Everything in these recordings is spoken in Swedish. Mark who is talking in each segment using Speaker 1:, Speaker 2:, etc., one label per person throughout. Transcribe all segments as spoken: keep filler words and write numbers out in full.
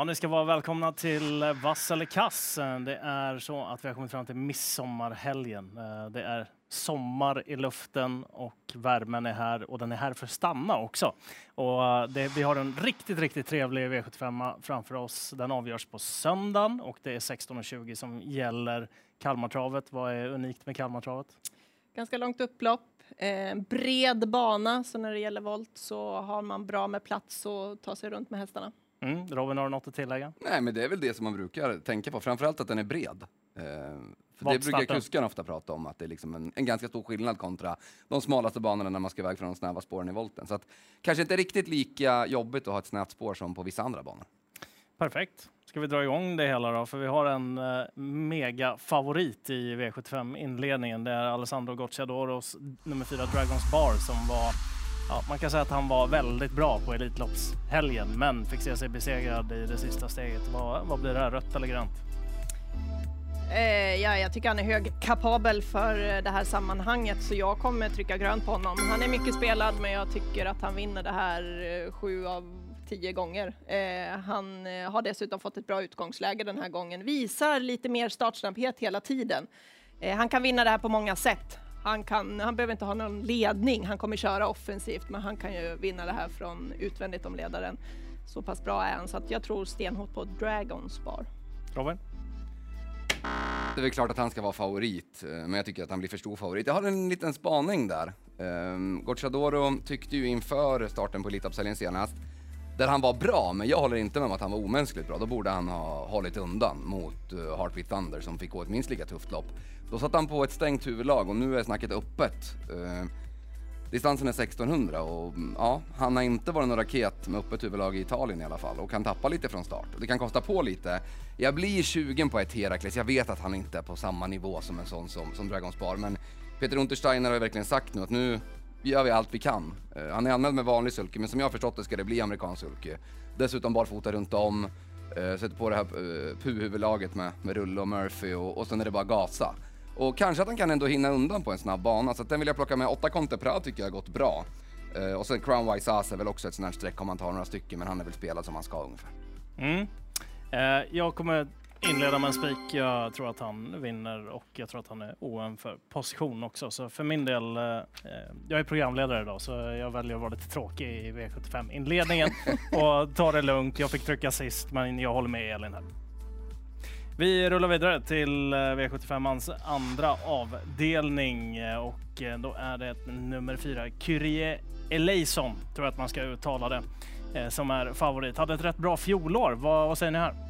Speaker 1: Ja, ni ska vara välkomna till Vass eller kass. Det är så att vi har kommit fram till midsommarhelgen. Det är sommar i luften och värmen är här och den är här för att stanna också. Och det, vi har en riktigt, riktigt trevlig V sjuttiofem framför oss. Den avgörs på söndagen och det är sexton och tjugo som gäller Kalmartravet. Vad är unikt med Kalmartravet?
Speaker 2: Ganska långt upplopp, eh, bred bana, så när det gäller volt så har man bra med plats och ta sig runt med hästarna.
Speaker 1: Mm. Robin, har du något att tillägga?
Speaker 3: Nej, men det är väl det som man brukar tänka på. Framförallt att den är bred. Eh, för det brukar kuskarna ofta prata om, att det är liksom en, en ganska stor skillnad kontra de smalaste banorna när man ska iväg från de snäva spåren i volten. Så att kanske inte riktigt lika jobbigt att ha ett snävt spår som på vissa andra banor.
Speaker 1: Perfekt. Ska vi dra igång det hela då? För vi har en eh, mega favorit i V sjuttiofem-inledningen. Det är Alessandro Gocciadoros nummer fyra Dragons Bar som var... Ja, man kan säga att han var väldigt bra på Elitloppshelgen, men fick se sig besegrad i det sista steget. Vad, vad blir det här, rött eller grönt?
Speaker 2: Eh, ja, jag tycker han är högkapabel för det här sammanhanget, så jag kommer trycka grönt på honom. Han är mycket spelad, men jag tycker att han vinner det här eh, sju av tio gånger. Eh, han eh, har dessutom fått ett bra utgångsläge den här gången. Visar lite mer startsnabbhet hela tiden. Eh, han kan vinna det här på många sätt. Han, kan, han behöver inte ha någon ledning. Han kommer köra offensivt, men han kan ju vinna det här från utvändigt om ledaren. Så pass bra är han, så att jag tror stenhårt på Dragons Bar.
Speaker 1: Robin?
Speaker 3: Det är väl klart att han ska vara favorit, men jag tycker att han blir för stor favorit. Jag har en liten spaning där. Um, Gocciadoro tyckte ju inför starten på Elitloppshelgen senast, där han var bra, men jag håller inte med om att han var omänskligt bra. Då borde han ha hållit undan mot uh, Heartbeat Thunder som fick gå ett minst lika tufft lopp. Då satt han på ett stängt huvudlag och nu är snacket öppet. Uh, distansen är sextonhundra och ja, han har inte varit någon raket med öppet huvudlag i Italien i alla fall och kan tappa lite från start. Det kan kosta på lite. Jag blir tjugo på ett Herakles. Jag vet att han inte är på samma nivå som en sån som, som Dragons Bar, men Peter Untersteiner har ju verkligen sagt nu att nu gör vi allt vi kan. Uh, han är anmäld med vanlig sulke, men som jag har förstått det ska det bli amerikansk sulke. Dessutom barfota runt om. Uh, sätter på det här uh, puhuvudlaget med, med Rulle och Murphy och, och sen är det bara gasa. Och kanske att han kan ändå hinna undan på en snabb bana. Så att den vill jag plocka med. åtta Contepra tycker jag har gått bra. Uh, och sen Crown Wise As är väl också ett sånt här streck om man tar några stycken. Men han är väl spelad som han ska ungefär.
Speaker 1: Mm. Uh, jag kommer inleda med en spik. Jag tror att han vinner och jag tror att han är O M för position också. Så för min del, uh, jag är programledare idag så jag väljer att vara lite tråkig i V sjuttiofem-inledningen och ta det lugnt. Jag fick trycka sist, men jag håller med Elin här. Vi rullar vidare till V sjuttiofemans andra avdelning och då är det nummer fyra Kyrie Eleison, tror jag att man ska uttala det, som är favorit. Hade ett rätt bra fjolår. Vad, vad säger ni här?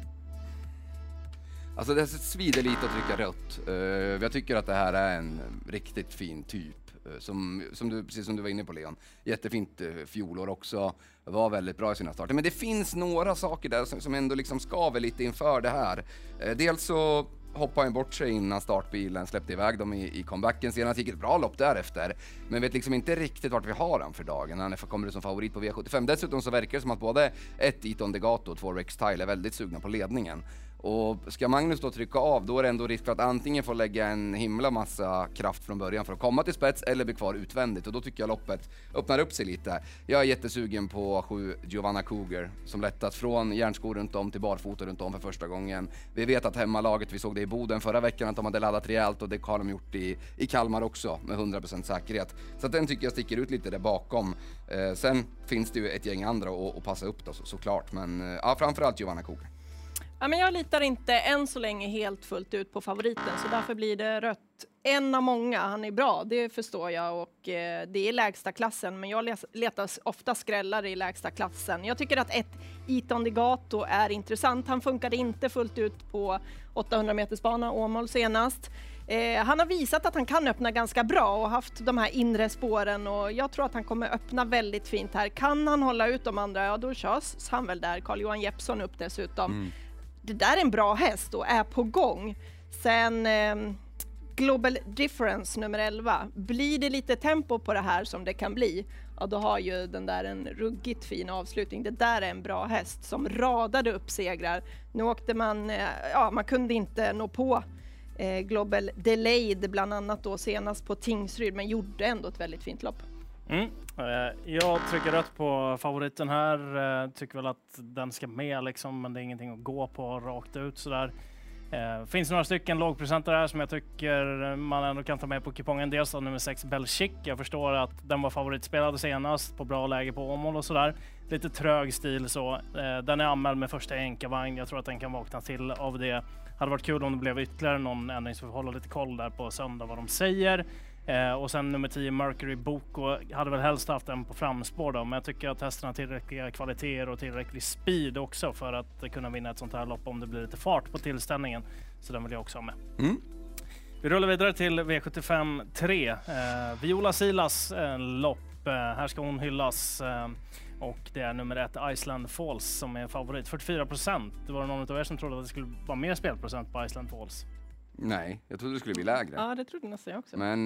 Speaker 3: Alltså det svider lite att trycka rött. Uh, jag tycker att det här är en riktigt fin typ. Uh, som, som du, precis som du var inne på, Leon. Jättefint uh, fjolår också. Var väldigt bra i sina starter. Men det finns några saker där som, som ändå liksom skaver lite inför det här. Uh, dels så hoppade han bort sig innan startbilen släppte iväg dem i, i comebacken. Senast gick ett bra lopp därefter. Men vet liksom inte riktigt vart vi har han för dagen. Han är för, kommer det som favorit på V sjuttiofem. Dessutom så verkar det som att både ett Eton Degato och två Rex Tile är väldigt sugna på ledningen. Och ska Magnus då trycka av, då är det ändå risk för att antingen få lägga en himla massa kraft från början för att komma till spets eller bli kvar utvändigt. Och då tycker jag loppet öppnar upp sig lite. Jag är jättesugen på sju Giovanna Cougar som lättat från järnskor runt om till barfota runt om för första gången. Vi vet att hemmalaget, vi såg det i Boden förra veckan, att de hade laddat rejält och det har de gjort i, i Kalmar också med hundra procent säkerhet. Så att den tycker jag sticker ut lite där bakom. Eh, sen finns det ju ett gäng andra att, att passa upp då, så, såklart. Men eh, ja, framförallt Giovanna Cougar.
Speaker 2: Ja, men jag litar inte än så länge helt fullt ut på favoriten, så därför blir det rött. En av många, han är bra, det förstår jag, och eh, det är lägsta klassen, men jag letar ofta skrällar i lägsta klassen. Jag tycker att ett Eton Degato är intressant. Han funkade inte fullt ut på åttahundra meters bana Åmål senast. Eh, han har visat att han kan öppna ganska bra och haft de här inre spåren, och jag tror att han kommer öppna väldigt fint här. Kan han hålla ut de andra, ja då körs han väl där. Carl-Johan Jeppsson upp dessutom. Mm. Det där är en bra häst och är på gång. Sen eh, Global Difference nummer elva. Blir det lite tempo på det här som det kan bli, ja då har ju den där en ruggigt fin avslutning. Det där är en bra häst som radade upp segrar. Nu åkte man, eh, ja man kunde inte nå på eh, Global Delayed bland annat då senast på Tingsryd, men gjorde ändå ett väldigt fint lopp.
Speaker 1: Mm. Jag trycker rött på favoriten här. Tycker väl att den ska med liksom, men det är ingenting att gå på rakt ut sådär. Det finns några stycken lågprocentare här som jag tycker man ändå kan ta med på kupongen. Dels av nummer sex Belchic. Jag förstår att den var favoritspelad senast på bra läge på Åmål och sådär. Lite trög stil så. Den är anmäld med första enkavagn. Jag tror att den kan vakna till av det. Hade varit kul om det blev ytterligare någon ändring, så vi får hålla lite koll där på söndag vad de säger. Eh, och sen nummer tio Mercury Boko hade väl helst haft den på framspår då, men jag tycker att hästen har tillräckliga kvaliteter och tillräcklig speed också för att kunna vinna ett sånt här lopp om det blir lite fart på tillställningen. Så den vill jag också ha med. Mm. Vi rullar vidare till V sjuttiofem tre. Eh, Viola Silas eh, lopp. Eh, här ska hon hyllas. Eh, och det är nummer ett Iceland Falls som är favorit. fyrtiofyra procent. Det var någon av er som trodde att det skulle vara mer spelprocent på Iceland Falls.
Speaker 3: Nej, jag trodde det skulle bli lägre.
Speaker 2: Ja, det trodde nästan jag också.
Speaker 3: Men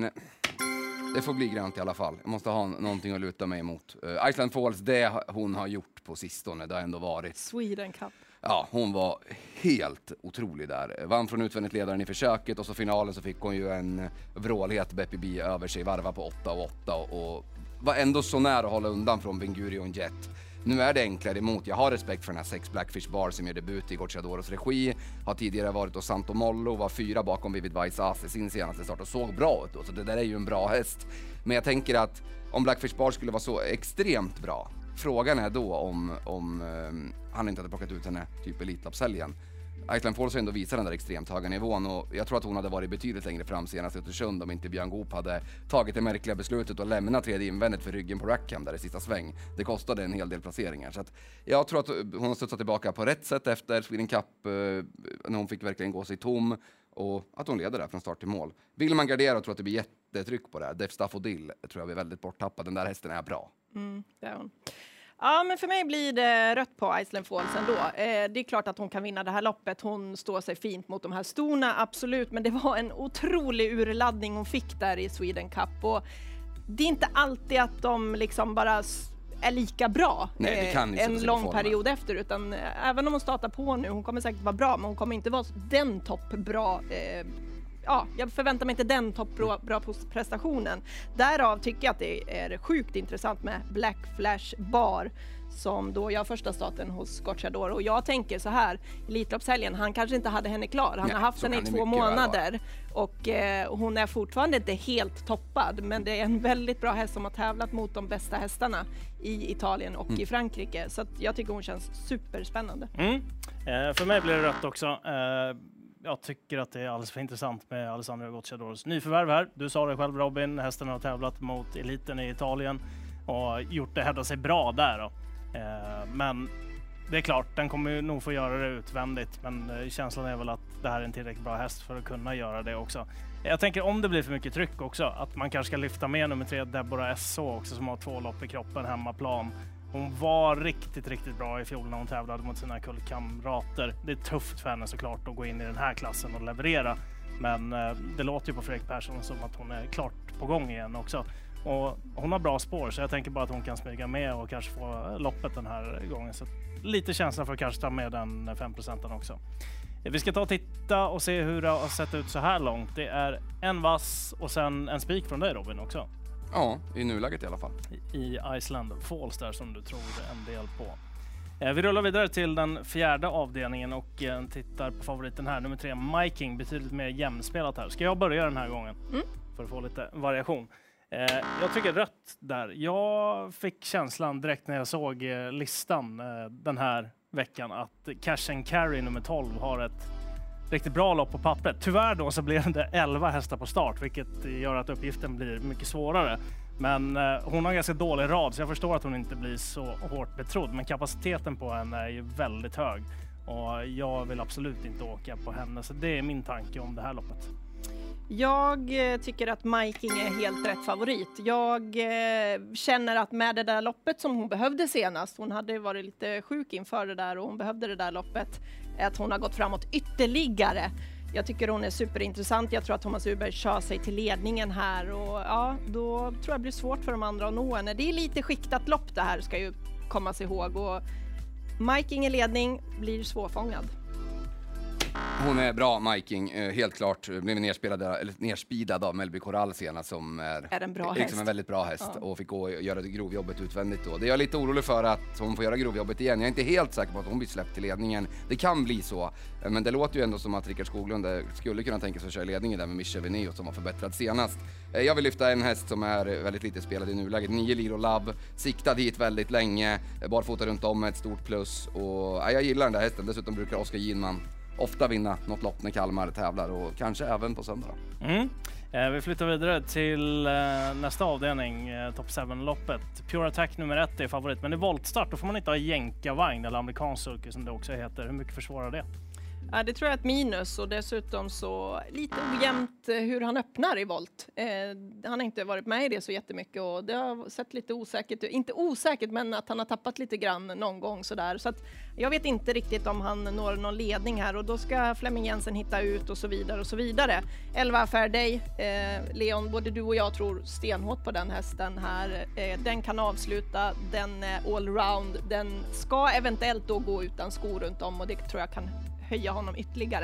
Speaker 3: det får bli grönt i alla fall. Jag måste ha någonting att luta mig emot. Uh, Iceland Falls, det hon har gjort på sistone, det har ändå varit...
Speaker 2: Sweden Cup.
Speaker 3: Ja, hon var helt otrolig där. Vann från utvändigt ledaren i försöket och så finalen så fick hon ju en vrålhet Beppy B över sig, varva på åtta och åtta och var ändå så nära att hålla undan från Vingurion Jet. Nu är det enklare emot. Jag har respekt för den här sex Blackfish Bar som gör debut i Gocciadoros regi. Har tidigare varit hos Santo Mollo, var fyra bakom Vivid Vice Ace sin senaste start och såg bra ut. Så det där är ju en bra häst. Men jag tänker att om Blackfish Bar skulle vara så extremt bra, frågan är då om, om um, han inte hade plockat ut henne typ Elitloppshelgen. Iceland Falls har ändå visat den där extremt höga nivån och jag tror att hon hade varit betydligt längre fram senast i Östersund om inte Björn Goop hade tagit det märkliga beslutet och lämnat tredje invändet för ryggen på Rackham där i sista sväng. Det kostade en hel del placeringar, så att jag tror att hon har studsat tillbaka på rätt sätt efter Sweden Cup eh, när hon fick verkligen gå sig tom och att hon leder där från start till mål. Vill man gardera och tror att det blir jättetryck på det här, Def Staffodil tror jag vi är väldigt borttappad. Den där hästen är bra.
Speaker 2: Mm, det är hon. Ja, men för mig blir det rött på Iceland Falls ändå. Eh, det är klart att hon kan vinna det här loppet. Hon står sig fint mot de här storna, absolut. Men det var en otrolig urladdning hon fick där i Sweden Cup. Och det är inte alltid att de liksom bara är lika bra.
Speaker 3: Nej, det kan
Speaker 2: eh, en lång period efter. Utan eh, även om hon startar på nu, hon kommer säkert vara bra. Men hon kommer inte vara den toppbra... Eh, Ja, jag förväntar mig inte den toppbra bra prestationen. Därav tycker jag att det är sjukt intressant med Black Flash Bar som då jag första starten hos Gocciadoro. Och jag tänker så här, Elitloppshelgen, han kanske inte hade henne klar. Han Nej, har haft henne i två månader och eh, hon är fortfarande inte helt toppad. Men det är en väldigt bra häst som har tävlat mot de bästa hästarna i Italien och mm. i Frankrike. Så att jag tycker hon känns superspännande.
Speaker 1: Mm. Eh, för mig blir det rött också. Eh, Jag tycker att det är alldeles för intressant med Alessandro Gocciadoros nyförvärv här. Du sa det själv Robin, hästen har tävlat mot eliten i Italien och gjort det, hävda sig bra där då. Eh, men det är klart, den kommer ju nog få göra det utvändigt, men eh, känslan är väl att det här är en tillräckligt bra häst för att kunna göra det också. Jag tänker om det blir för mycket tryck också, att man kanske ska lyfta med nummer tre Deborah S H också som har två lopp i kroppen, hemmaplan. Hon var riktigt, riktigt bra i fjol när hon tävlade mot sina kullkamrater. Det är tufft för henne såklart att gå in i den här klassen och leverera. Men eh, det låter ju på Fredrik Persson som att hon är klart på gång igen också. Och hon har bra spår, så jag tänker bara att hon kan smyga med och kanske få loppet den här gången. Så lite känsla för att kanske ta med den fem procenten också. Vi ska ta och titta och se hur det har sett ut så här långt. Det är en vass och sen en spik från dig Robin också.
Speaker 3: Ja, i nuläget i alla fall.
Speaker 1: I Iceland Falls där som du tror en del på. Eh, vi rullar vidare till den fjärde avdelningen och eh, tittar på favoriten här. Nummer tre, Miking, betydligt mer jämspelat här. Ska jag börja den här gången? Mm. För att få lite variation. Eh, jag tycker rött där. Jag fick känslan direkt när jag såg eh, listan eh, den här veckan att Cash and Carry nummer tolv har ett riktigt bra lopp på pappret. Tyvärr då så blev det elva hästar på start, vilket gör att uppgiften blir mycket svårare. Men eh, hon har en ganska dålig rad, så jag förstår att hon inte blir så hårt betrodd. Men kapaciteten på henne är ju väldigt hög. Och jag vill absolut inte åka på henne, så det är min tanke om det här loppet.
Speaker 2: Jag eh, tycker att Miking är helt rätt favorit. Jag eh, känner att med det där loppet som hon behövde senast, hon hade varit lite sjuk inför det där och hon behövde det där loppet, att hon har gått framåt ytterligare. Jag tycker hon är superintressant. Jag tror att Thomas Uberg kör sig till ledningen här och ja, då tror jag det blir svårt för de andra att nå henne. Det är lite skiktat lopp det här, ska ju komma sig ihåg, och Miking i ledning blir svårfångad.
Speaker 3: Hon är bra, Miking, helt klart. Blev nerspelad, eller nerspidad av Melby Corral senast, som är,
Speaker 2: är en, bra
Speaker 3: liksom
Speaker 2: häst.
Speaker 3: en väldigt bra häst, ja. Och fick gå och göra det grovjobbet utvändigt då. Det är jag lite orolig för, att hon får göra grovjobbet igen. Jag är inte helt säker på att hon blir släppt till ledningen. Det kan bli så, men det låter ju ändå som att Rickard Skoglund skulle kunna tänka sig att köra ledningen där med Mischa Veneo som har förbättrat senast. Jag vill lyfta en häst som är väldigt lite spelad i nuläget, nio Lilo Love, siktad hit väldigt länge, barfota runt om med ett stort plus, och ja, jag gillar den där hästen. Dessutom brukar Oskar Ginman ofta vinna något lopp när Kalmar tävlar, och kanske även på söndag.
Speaker 1: Mm. Eh, vi flyttar vidare till eh, nästa avdelning, eh, Top sju-loppet. Pure Attack nummer ett är favorit, men i voltstart då får man inte ha jänkarvagn eller amerikansk sulke som det också heter. Hur mycket försvarar det?
Speaker 2: Ja, det tror jag är ett minus, och dessutom så lite ojämnt hur han öppnar i volt. Eh, han har inte varit med i det så jättemycket, och det har sett lite osäkert, inte osäkert, men att han har tappat lite grann någon gång sådär. Så att jag vet inte riktigt om han når någon ledning här, och då ska Flemming Jensen hitta ut och så vidare och så vidare. elva Fair Day, eh, Leon, både du och jag tror stenhårt på den hästen här. Eh, den kan avsluta, den är allround, den ska eventuellt då gå utan skor runt om, och det tror jag kan höja honom ytterligare.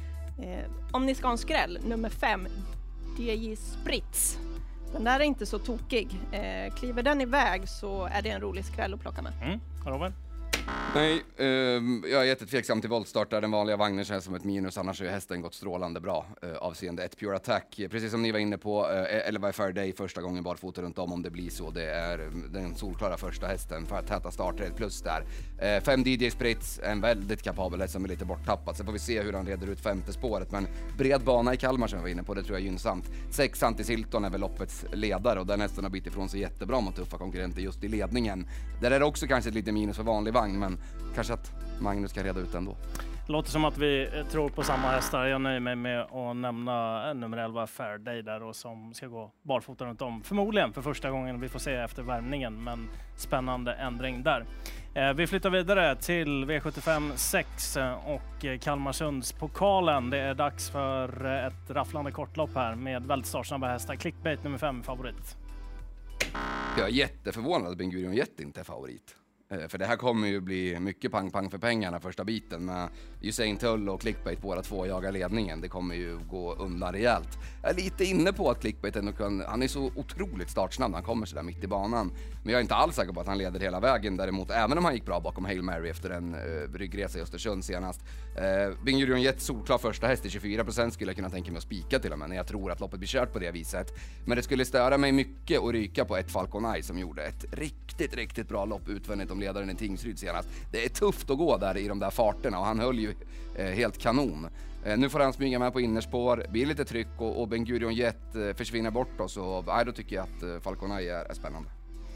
Speaker 2: Eh, om ni ska ha en skräll, nummer fem, D J Spritz. Den där är inte så tokig. Eh, kliver den iväg så är det en rolig skräll att plocka med.
Speaker 1: Mm, Robin?
Speaker 3: Nej, eh, jag är jättetveksam till voltstart där den vanliga vagnen känns som ett minus, annars har ju hästen gått strålande bra eh, avseende ett Pure Attack. Precis som ni var inne på, eh, elva Fair Day första gången barfota runt om, om det blir så. Det är den solklara första hästen för att täta starter, ett plus där. Eh, fem D J Spritz, en väldigt kapabel häst som är lite borttappad. Så får vi se hur han reder ut femte spåret, men bred bana i Kalmar som jag var inne på, det tror jag är gynnsamt. sex Antis Hilton är väl loppets ledare, och den hästen har bitit ifrån sig jättebra mot tuffa konkurrenter just i ledningen. Där är det också kanske ett lite minus för vanlig vagn, men kanske att Magnus kan reda ut ändå.
Speaker 1: Låter som att vi tror på samma hästar. Jag nöjer mig med att nämna nummer elva Fair Day där, och som ska gå barfota runt om. Förmodligen för första gången, vi får se efter värmningen, men spännande ändring där. Eh, vi flyttar vidare till V sjuttiofem sex och Kalmarsundspokalen. Det är dags för ett rafflande kortlopp här med väldigt startsnabba hästar. Clickbait nummer fem favorit.
Speaker 3: Jag är jätteförvånad att Ben Gurion Jet inte är favorit. För det här kommer ju bli mycket pang-pang för pengarna första biten, med Usain Tull och Clickbait båda två jagar ledningen. Det kommer ju gå undan rejält. Jag är lite inne på att Clickbait ändå kan, han är så otroligt startsnabb när han kommer så där mitt i banan. Men jag är inte alls säker på att han leder hela vägen däremot, även om han gick bra bakom Hail Mary efter en uh, ryggresa i Östersund senast. Uh, Ben Gurion Jet solklar första häst i tjugofyra procent skulle jag kunna tänka mig att spika till och med, när jag tror att loppet blir kört på det viset. Men det skulle störa mig mycket att ryka på ett Falcon Eye som gjorde ett riktigt, riktigt bra lopp utvändigt om ledaren i Tingsryd senast. Det är tufft att gå där i de där farterna, och han höll ju eh, helt kanon. Eh, nu får han smyga med på innerspår, blir lite tryck, och, och Ben Gurion Jet eh, försvinner bort oss, och eh, då tycker jag att eh, Falcon Eye är, är spännande.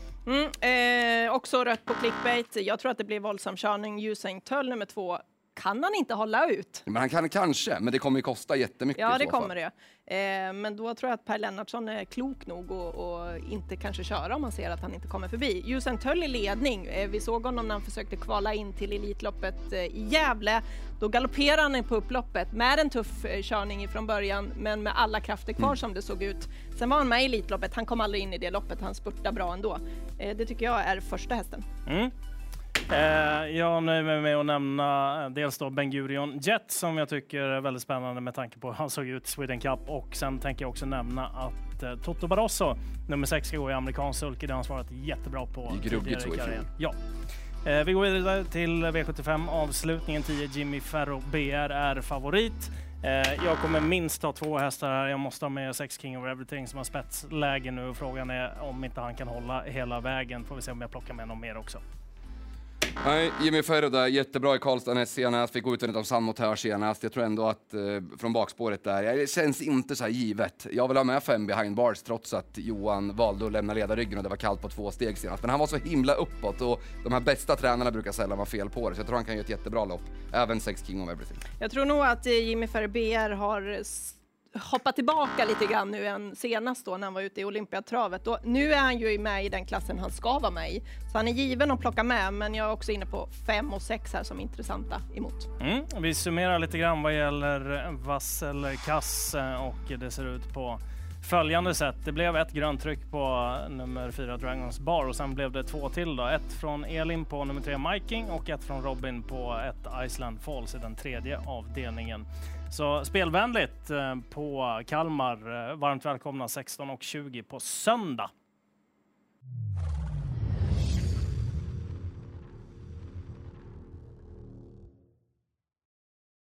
Speaker 2: Mm, eh, också rött på Clickbait. Jag tror att det blir våldsam körning. Usain Tull nummer två kan han inte hålla ut.
Speaker 3: Men han kan kanske, men det kommer ju kosta jättemycket.
Speaker 2: Ja, det
Speaker 3: i så
Speaker 2: kommer
Speaker 3: fall.
Speaker 2: det. Eh, men då tror jag att Per Lennartsson är klok nog och, och inte kanske köra om man ser att han inte kommer förbi. Usain Tull i ledning. Eh, vi såg honom när han försökte kvala in till Elitloppet eh, i Gävle. Då galopperade han på upploppet med en tuff eh, körning ifrån början, men med alla krafter kvar mm. som det såg ut. Sen var han med i Elitloppet. Han kom aldrig in i det loppet. Han spurtade bra ändå. Eh, det tycker jag är första hästen.
Speaker 1: Mm. Eh, jag nöjer mig med att nämna dels då Ben Gurion Jet som jag tycker är väldigt spännande med tanke på hur han såg ut i Sweden Cup, och sen tänker jag också nämna att eh, Toto Barroso nummer sex ska gå i amerikansk sulke. Det har han svarat jättebra på tidigare i karriären. Ja. Eh, vi går vidare till V sjuttiofem avslutningen. tio Jimmy Ferro B R är favorit. Eh, jag kommer minst ha två hästar här. Jag måste ha med sex King of Everything som har spetsläge nu, och frågan är om inte han kan hålla hela vägen. Får vi se om jag plockar med någon mer också.
Speaker 3: Nej, Jimmy Ferro där, jättebra i Karlstad senast, fick gå ut av Sammotör senast. Jag tror ändå att eh, från bakspåret där, det känns inte så här givet. Jag vill ha med fem behind bars trots att Johan valde att lämna ledarryggen och det var kallt på två steg senast. Men han var så himla uppåt, och de här bästa tränarna brukar sällan vara fel på det. Så jag tror han kan göra ett jättebra lopp, även sex King of Everything.
Speaker 2: Jag tror nog att Jimmy Ferro B R har hoppa tillbaka lite grann nu än senast då när han var ute i Olympiatravet. Och nu är han ju med i den klassen han ska vara med i. Så han är given att plocka med, men jag är också inne på fem och sex här som är intressanta emot.
Speaker 1: Mm, vi summerar lite grann vad gäller vass eller kass, och det ser ut på följande sätt. Det blev ett grönt tryck på nummer fyra Dragons Bar och sen blev det två till då. Ett från Elin på nummer tre Miking och ett från Robin på ett Iceland Falls i den tredje avdelningen. Så spelvänligt på Kalmar. Varmt välkomna sexton och tjugo på söndag.